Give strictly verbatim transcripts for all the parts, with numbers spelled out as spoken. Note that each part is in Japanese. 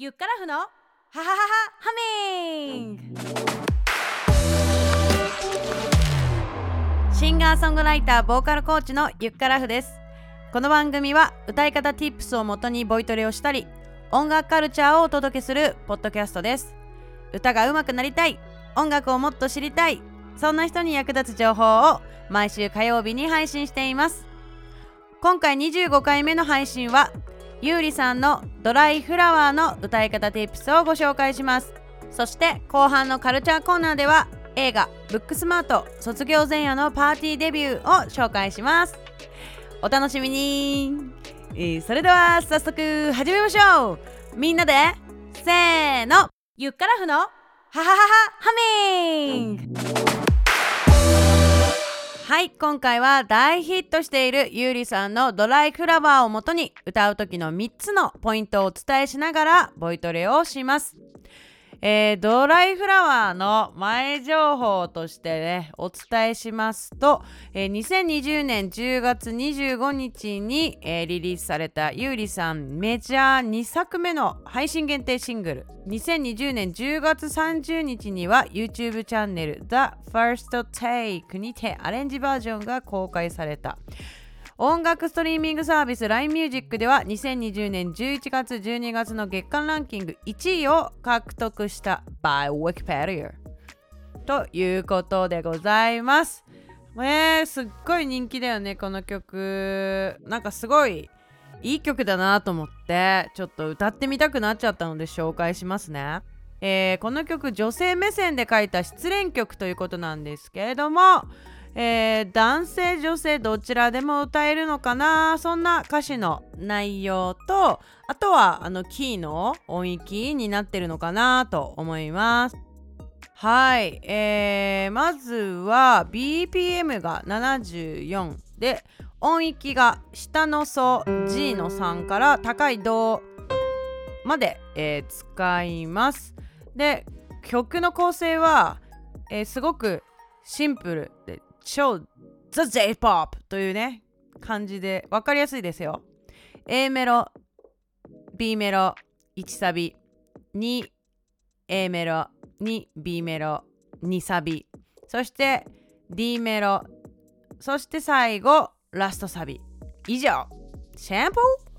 ゆっからふのハハハハハミング。シンガーソングライターボーカルコーチのゆっからふです。この番組は歌い方 Tips をもとにボイトレをしたり、音楽カルチャーをお届けするポッドキャストです。歌が上手くなりたい、音楽をもっと知りたい、そんな人に役立つ情報を毎週火曜日に配信しています。今回にじゅうごかいめの配信はゆうりさんのドライフラワーの歌い方 Tips をご紹介します。そして後半のカルチャーコーナーでは映画ブックスマート卒業前夜のパーティーデビューを紹介します。お楽しみに。えー、それでは早速始めましょう。みんなでせーの、ゆっからふのハハハハハミング。はい、今回は大ヒットしているゆうりさんのドライフラワーをもとに歌う時のみっつのポイントをお伝えしながらボイトレをします。えー、ドライフラワーの前情報としてねお伝えしますと、えー、にせんにじゅうねんじゅうがつにじゅうごにちに、えー、リリースされたゆうりさんメジャーにさくめの配信限定シングル、にせんにじゅうねんじゅうがつさんじゅうにちには YouTube チャンネル The First Take にてアレンジバージョンが公開された。音楽ストリーミングサービス ライン ミュージックではにせんにじゅうねんじゅういちがつじゅうにがつの月間ランキングいちいを獲得した by Wikipedia ということでございます。えー、すっごい人気だよねこの曲。なんかすごいいい曲だなと思ってちょっと歌ってみたくなっちゃったので紹介しますね。えー、この曲女性目線で書いた失恋曲ということなんですけれども、えー、男性女性どちらでも歌えるのかな、そんな歌詞の内容と、あとはあのキーの音域になってるのかなと思います。はい、えー、まずは ビーピーエム がななじゅうよんで音域が下のソ G のさんから高いドまで、えー、使います。で曲の構成は、えー、すごくシンプルで超 The J-ポップ というね感じで分かりやすいですよ。 A メロ B メロいちサビ に A メロ に B メロにサビ、そして D メロ、そして最後ラストサビ、以上。 Sample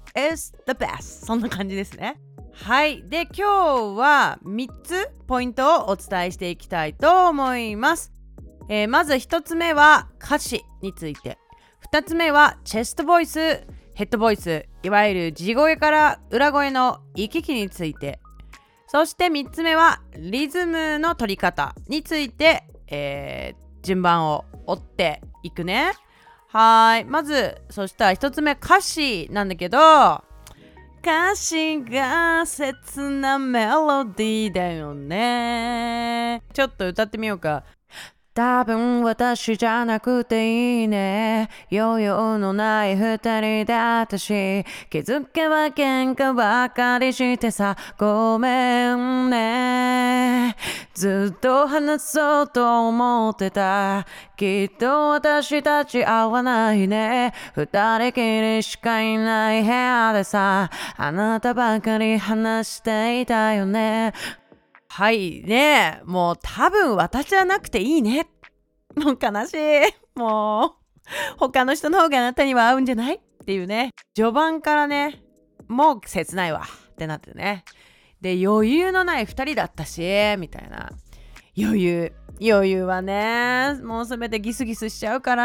is the best、 そんな感じですね。はい、で今日はみっつポイントをお伝えしていきたいと思います。えー、まずひとつめは歌詞について、ふたつめはチェストボイス、ヘッドボイス、いわゆる地声から裏声の行き来について、そしてみっつめはリズムの取り方について、えー、順番を追っていくね。はい、まずそしたらひとつめ歌詞なんだけど、歌詞が切なメロディーだよね。ちょっと歌ってみようか。多分私じゃなくていいね、余裕のない二人だったし、気づけば喧嘩ばかりしてさ、ごめんね。ずっと話そうと思ってた、きっと私たち合わないね、二人きりしかいない部屋でさ、あなたばかり話していたよね。はいね、もう多分私じゃなくていいね。もう悲しい。もう他の人の方があなたには合うんじゃないっていうね。序盤からね、もう切ないわってなってね。で余裕のないふたりだったしみたいな。余裕余裕はね、もうすべてギスギスしちゃうから、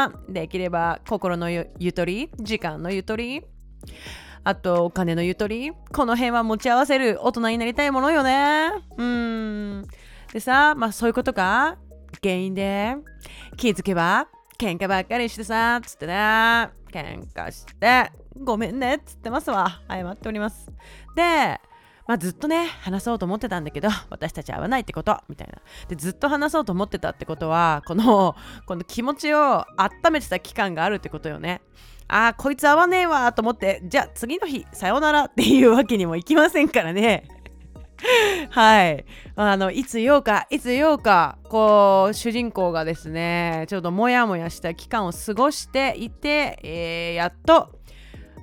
できれば心のゆとり、時間のゆとり、あとお金のゆとり、この辺は持ち合わせる大人になりたいものよね。うーんでさ、まあそういうことが原因で気づけば喧嘩ばっかりしてさつってね、喧嘩してごめんねっつってますわ。謝っております。でまあずっとね話そうと思ってたんだけど、私たち合わないってことみたいな。でずっと話そうと思ってたってことは、このこの気持ちを温めてた期間があるってことよね。あーこいつ合わねえわと思ってじゃあ次の日さようならっていうわけにもいきませんからね。はい、あのいつ言おうかいつ言おうか、こう主人公がですねちょっとモヤモヤした期間を過ごしていて、えー、やっと、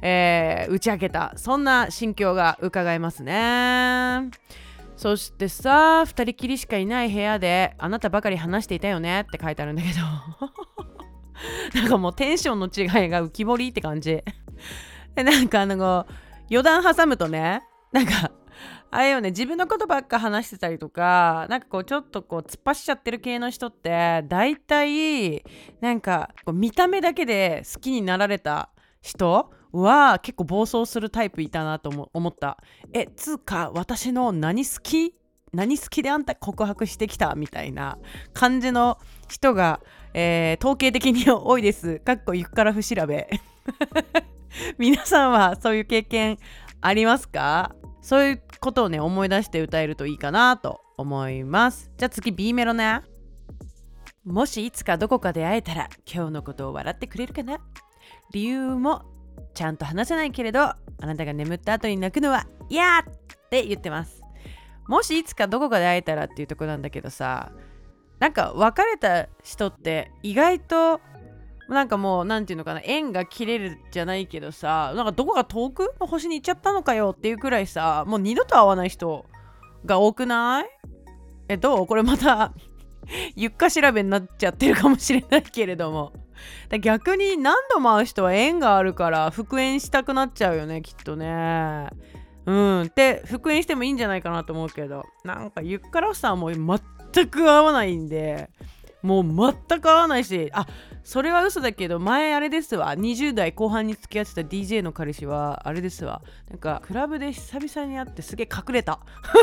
えー打ち明けた、そんな心境が伺えますね。そしてさ、二人きりしかいない部屋であなたばかり話していたよねって書いてあるんだけどなんかもうテンションの違いが浮き彫りって感じで、なんかあの余談挟むとね、なんかあれよね、自分のことばっか話してたりとか、なんかこうちょっとこう突っ走っちゃってる系の人って大体なんかこう見た目だけで好きになられた人は結構暴走するタイプいたなと思思った。え、つうか私の何好き何好きであんた告白してきたみたいな感じの人が、えー統計的に多いです。かっこゆっから不調べ皆さんはそういう経験ありますか？そういうことをね思い出して歌えるといいかなと思います。じゃあ次 B メロね。もしいつかどこかで会えたら今日のことを笑ってくれるかな。理由もちゃんと話せないけれど、あなたが眠った後に泣くのは嫌って言ってます。もしいつかどこかで会えたらっていうとこなんだけどさ、なんか別れた人って意外となんかもうなんていうのかな、縁が切れるじゃないけどさ、なんかどこか遠くの星に行っちゃったのかよっていうくらいさ、もう二度と会わない人が多くない？え、どう？これまたゆっか調べになっちゃってるかもしれないけれども、だ逆に何度も会う人は縁があるから復縁したくなっちゃうよね、きっとね。うんって復縁してもいいんじゃないかなと思うけど、なんかゆっからさんも全く合わないんで、もう全く合わないし、あ、それは嘘だけど前あれですわ、にじゅう代後半に付き合ってた ディージェー の彼氏はあれですわ、なんかクラブで久々に会ってすげえ隠れた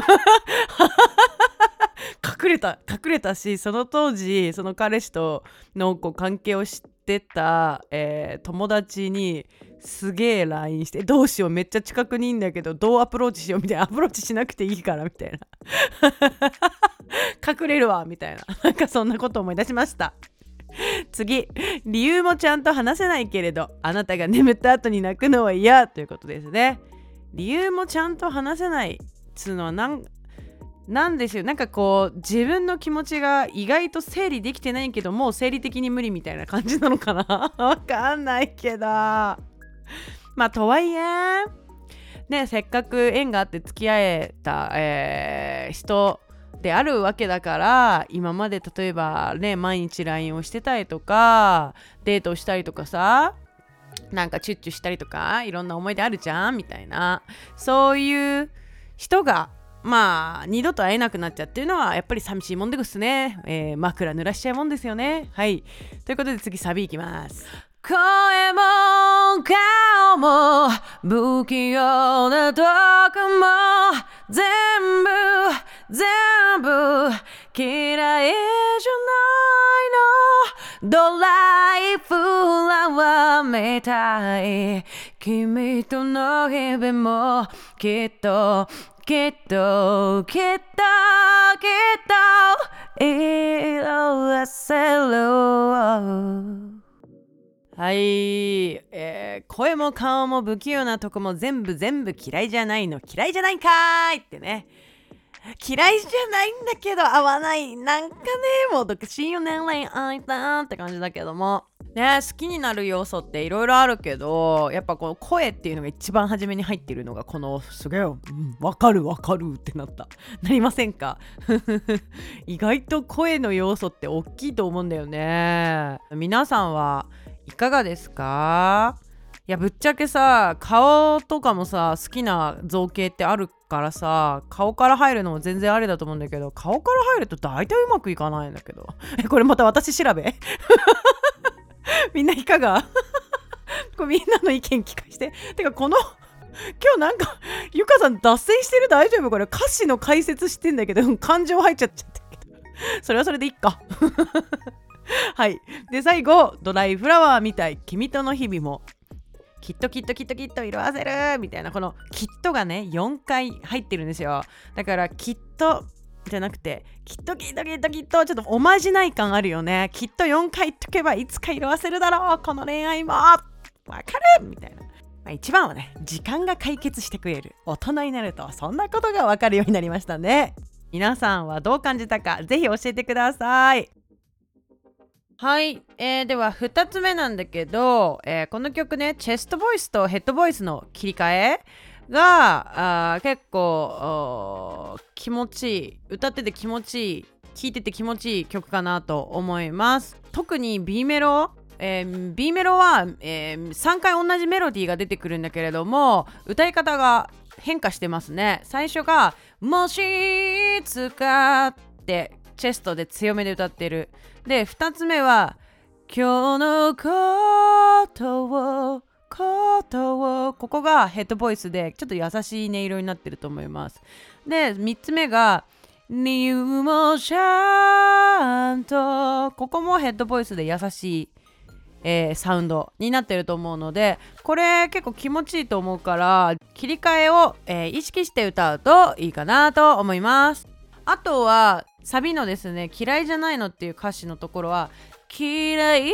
隠れた隠れたし、その当時その彼氏とのこう関係を知ってた、えー友達にすげえ ライン して、どうしようめっちゃ近くにいいんだけどどうアプローチしようみたいな、アプローチしなくていいからみたいな隠れるわみたいな、なんかそんなこと思い出しました。次、理由もちゃんと話せないけれどあなたが眠った後に泣くのは嫌ということですね。理由もちゃんと話せないつうのはなんなんですよ。なんかこう自分の気持ちが意外と整理できてないけどもう生理的に無理みたいな感じなのかなわかんないけど、まあとはいえね、せっかく縁があって付き合えた、えー人であるわけだから、今まで例えばね毎日 ライン をしてたりとかデートをしたりとかさ、なんかチュッチュしたりとかいろんな思い出あるじゃんみたいな、そういう人がまあ二度と会えなくなっちゃうっていうのはやっぱり寂しいもんですね、えー、枕濡らしちゃうもんですよね。はい、ということで次サビいきます。声も顔も不器用なとこも全部全部嫌いじゃないの、ドライフラワーみたい、君との日々もきっときっときっときっと色あせる。はい、えー、声も顔も不器用なとこも全部全部嫌いじゃないの、嫌いじゃないんかーいってね、嫌いじゃないんだけど合わない、なんかねもう独身よ年齢あいたって感じだけどもね、好きになる要素っていろいろあるけど、やっぱこの声っていうのが一番初めに入ってるのがこのすげえ、うん、わかるわかるってなったなりませんか意外と声の要素って大きいと思うんだよね。皆さんはいかがですか？いやぶっちゃけさ、顔とかもさ好きな造形ってあるからさ、顔から入るのも全然ありだと思うんだけど、顔から入ると大体うまくいかないんだけどえこれまた私調べみんないかがこれみんなの意見聞かして。てかこの今日なんかゆかさん脱線してる？大丈夫？これ歌詞の解説してんだけど感情入っちゃっちゃってるけどそれはそれでいいかはい、で最後ドライフラワーみたい君との日々もきっときっときっときっと色あせるみたいな、このきっとがねよんかい入ってるんですよ。だからきっとじゃなくてきっときっときっときっとちょっとおまじない感あるよね。きっとよんかい言っとけばいつか色あせるだろうこの恋愛もわかるみたいな、まあ、一番はね時間が解決してくれる。大人になるとそんなことがわかるようになりましたね。皆さんはどう感じたかぜひ教えてください。 はい、えー、ではふたつめなんだけど、えーこの曲ね、チェストボイスとヘッドボイスの切り替えがあー結構あー気持ちいい、歌ってて気持ちいい、聴いてて気持ちいい曲かなと思います。特に B メロ、えー B メロは、えーさんかい同じメロディーが出てくるんだけれども、歌い方が変化してますね。最初がもしいつかってチェストで強めで歌ってる。でふたつめは今日のことをことを、ここがヘッドボイスでちょっと優しい音色になってると思います。でみっつめが理由もちゃんと、ここもヘッドボイスで優しい、えーサウンドになってると思うので、これ結構気持ちいいと思うから切り替えを、えー意識して歌うといいかなと思います。あとはサビのですね、嫌いじゃないのっていう歌詞のところは、嫌いじゃない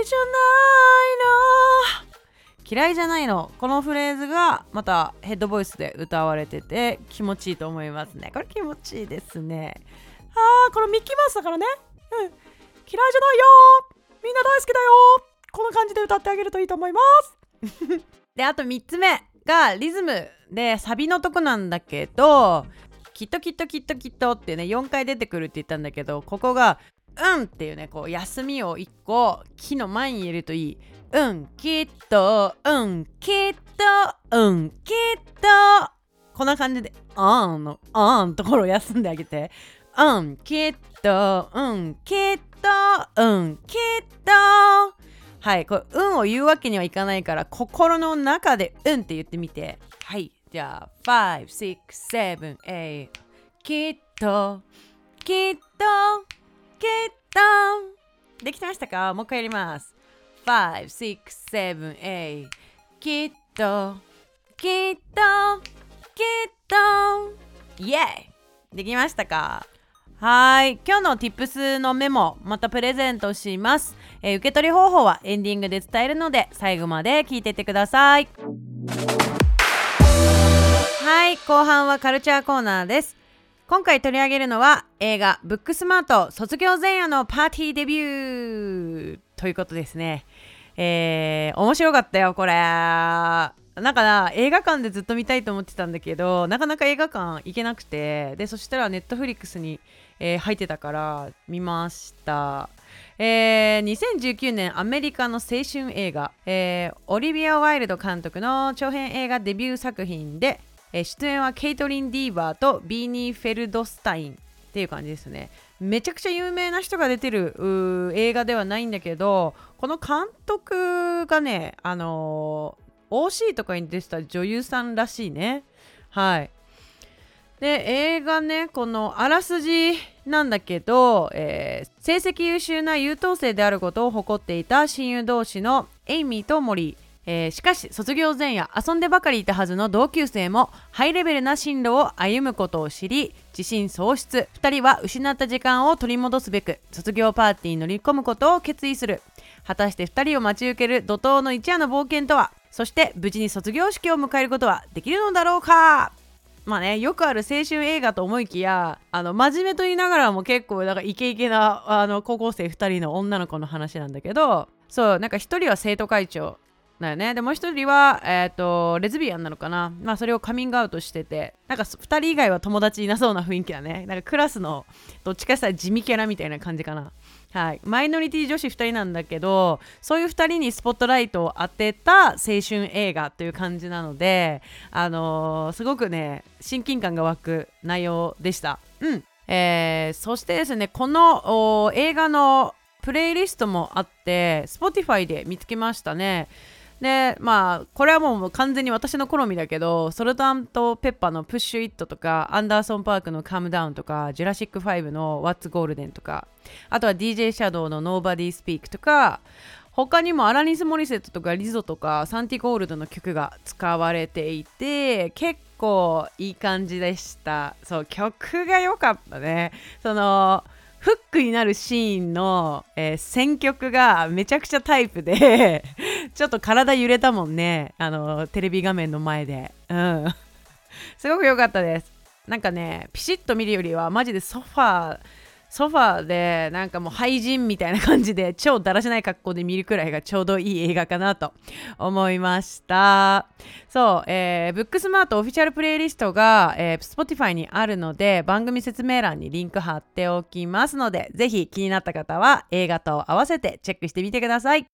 の嫌いじゃないの、このフレーズがまたヘッドボイスで歌われてて気持ちいいと思いますね。これ気持ちいいですね。あー、このミッキーマウスだからね。うん、嫌いじゃないよ、みんな大好きだよ、この感じで歌ってあげるといいと思いますであとみっつめがリズムでサビのとこなんだけど、きっときっときっときっとってねよんかい出てくるって言ったんだけど、ここがうんっていうね、こう休みをいっこ木の前に入れるといい。うんきっとうんきっとうんきっと、こんな感じであーんのあーんのところを休んであげて、うんきっとうんきっとうんきっと、はい、これうんを言うわけにはいかないから心の中でうんって言ってみて。はい、じゃあご、ろく、なな、はちきっときっときっと、できてましたか？もう一回やります。ご、ろく、なな、はちきっときっときっと、イエーイ、できましたか？はい、今日の Tips のメモまたプレゼントします、えー受け取り方法はエンディングで伝えるので最後まで聞いてってください。はい、後半はカルチャーコーナーです。今回取り上げるのは映画ブックスマート卒業前夜のパーティーデビューということですね。えー、面白かったよこれ。なんかな、映画館でずっと見たいと思ってたんだけど、なかなか映画館行けなくて、でそしたらネットフリックスに、えー入ってたから見ました。えーにせんじゅうきゅうねんアメリカの青春映画、えーオリビア・ワイルド監督の長編映画デビュー作品で、えー出演はケイトリン・ディーバーとビーニー・フェルドスタインっていう感じですね。めちゃくちゃ有名な人が出てるうー映画ではないんだけど、この監督がね、あのー オーシー とかに出てた女優さんらしいね。はい。で映画ね、このあらすじなんだけど、えー成績優秀な優等生であることを誇っていた親友同士のエイミーとモリー、えーしかし卒業前夜遊んでばかりいたはずの同級生もハイレベルな進路を歩むことを知り自信喪失。ふたりは失った時間を取り戻すべく卒業パーティーに乗り込むことを決意する。果たしてふたりを待ち受ける怒涛の一夜の冒険とは、そして無事に卒業式を迎えることはできるのだろうか。まあね、よくある青春映画と思いきや、あの真面目と言いながらも結構なんかイケイケなあの高校生ふたりの女の子の話なんだけど、そう、なんかひとりは生徒会長だよね。でもうひとりは、えー、とレズビアンなのかな。まあそれをカミングアウトしてて、なんかふたり以外は友達いなそうな雰囲気だね。なんかクラスのどっちかしたら地味キャラみたいな感じかな。はい、マイノリティ女子ふたりなんだけど、そういうふたりにスポットライトを当てた青春映画という感じなので、あのーすごくね親近感が湧く内容でした。うん、えーそしてですね、このお映画のプレイリストもあって Spotify で見つけましたね。でまあこれはもう完全に私の好みだけど、ソルト&ペッパーのプッシュイットとか、アンダーソンパークのカムダウンとか、ジュラシックファイブの What's Golden とか、あとは ディージェー シャドウの Nobody Speak とか、他にもアラニス・モリセットとかリゾとかサンティ・ゴールドの曲が使われていて、結構いい感じでした。そう、曲が良かったね。そのフックになるシーンの、えー選曲がめちゃくちゃタイプでちょっと体揺れたもんね、あのテレビ画面の前で。うんすごく良かったです。なんかね、ピシッと見るよりはマジでソファーソファーでなんかもう廃人みたいな感じで超だらしない格好で見るくらいがちょうどいい映画かなと思いました。そう、えー、ブックスマートオフィシャルプレイリストが、えー、Spotify にあるので番組説明欄にリンク貼っておきますので、ぜひ気になった方は映画と合わせてチェックしてみてください。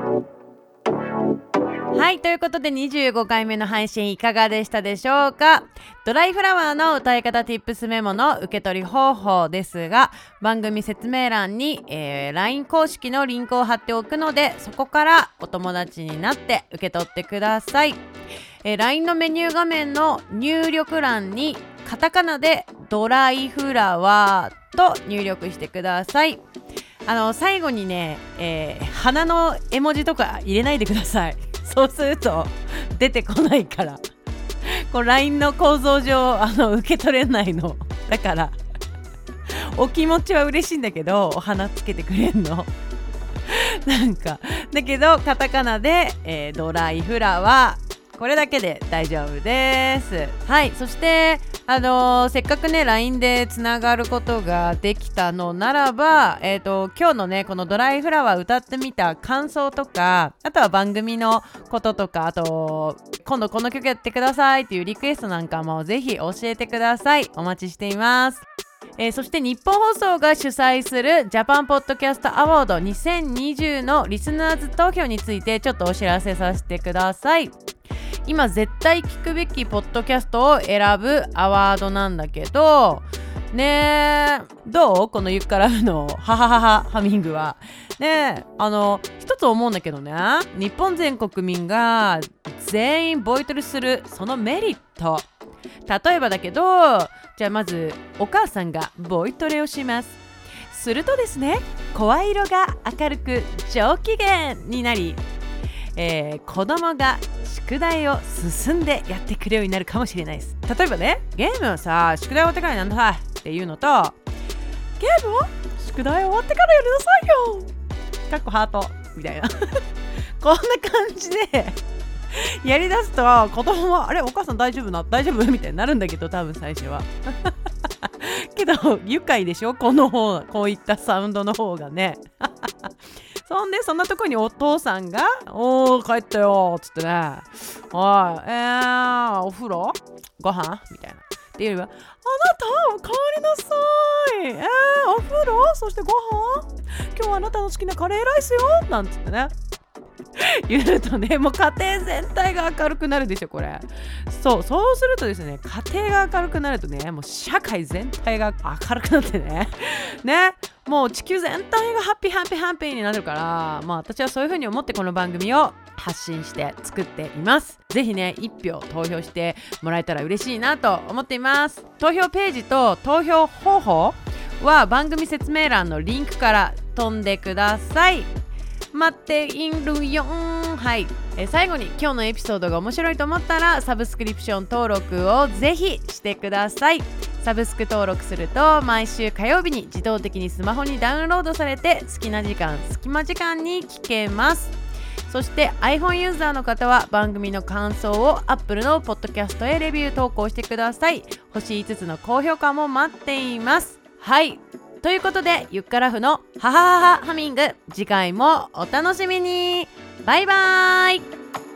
はい、ということでにじゅうごかいめの配信いかがでしたでしょうか。ドライフラワーの歌い方 Tips メモの受け取り方法ですが、番組説明欄に、えー、ライン 公式のリンクを貼っておくので、そこからお友達になって受け取ってください。えー、ライン のメニュー画面の入力欄にカタカナでドライフラワーと入力してください。あの最後にね、えー、花の絵文字とか入れないでください。そうすると出てこないから、こう ライン の構造上あの受け取れないのだから、お気持ちは嬉しいんだけどお花つけてくれんのなんかだけどカタカナで、えー、ドライフラワー、これだけで大丈夫です。はい、そしてあのー、せっかくね ライン でつながることができたのならば、えーと今日のねこのドライフラワー歌ってみた感想とか、あとは番組のこととか、あと今度この曲やってくださいっていうリクエストなんかもぜひ教えてください。お待ちしています。えー、そして日本放送が主催するジャパンポッドキャストアワードにせんにじゅうのリスナーズ投票についてちょっとお知らせさせてください。今絶対聞くべきポッドキャストを選ぶアワードなんだけどね、えどうこのゆっからのハハハハハミングはね。えあの一つ思うんだけどね、日本全国民が全員ボイトレするそのメリット、例えばだけど、じゃあまずお母さんがボイトレをします。するとですね、声色が明るく上機嫌になり、えー、子供が宿題を進んでやってくれるようになるかもしれないです。例えばね、ゲームはさ宿題終わってからやんなさいっていうのと、ゲームは宿題終わってからやりなさいよかっこハートみたいなこんな感じでやりだすと子供はあれお母さん大丈夫な大丈夫みたいになるんだけど、多分最初はけど愉快でしょ、この方こういったサウンドの方がねそんでそんなとこにお父さんがおー帰ったよーっつってね、おいえーお風呂ご飯みたいなっていうよりは、あなたお帰りなさい、えーお風呂そしてご飯今日はあなたの好きなカレーライスよなんつってね言うとね、もう家庭全体が明るくなるでしょこれ。そうそうするとですね、家庭が明るくなるとね、もう社会全体が明るくなってねね、もう地球全体がハッピーハッピーハッピーになるから、まあ私はそういう風に思ってこの番組を発信して作っています。ぜひね一票投票してもらえたら嬉しいなと思っています。投票ページと投票方法は番組説明欄のリンクから飛んでください。待っているよん。はい、え最後に今日のエピソードが面白いと思ったらサブスクリプション登録をぜひしてください。サブスク登録すると毎週火曜日に自動的にスマホにダウンロードされて、好きな時間隙間時間に聞けます。そして iPhone ユーザーの方は番組の感想を Apple のポッドキャストへレビュー投稿してください。星いつつの高評価も待っています。はい、ということでゆっからふのハハハハハミング、次回もお楽しみに。バイバーイ。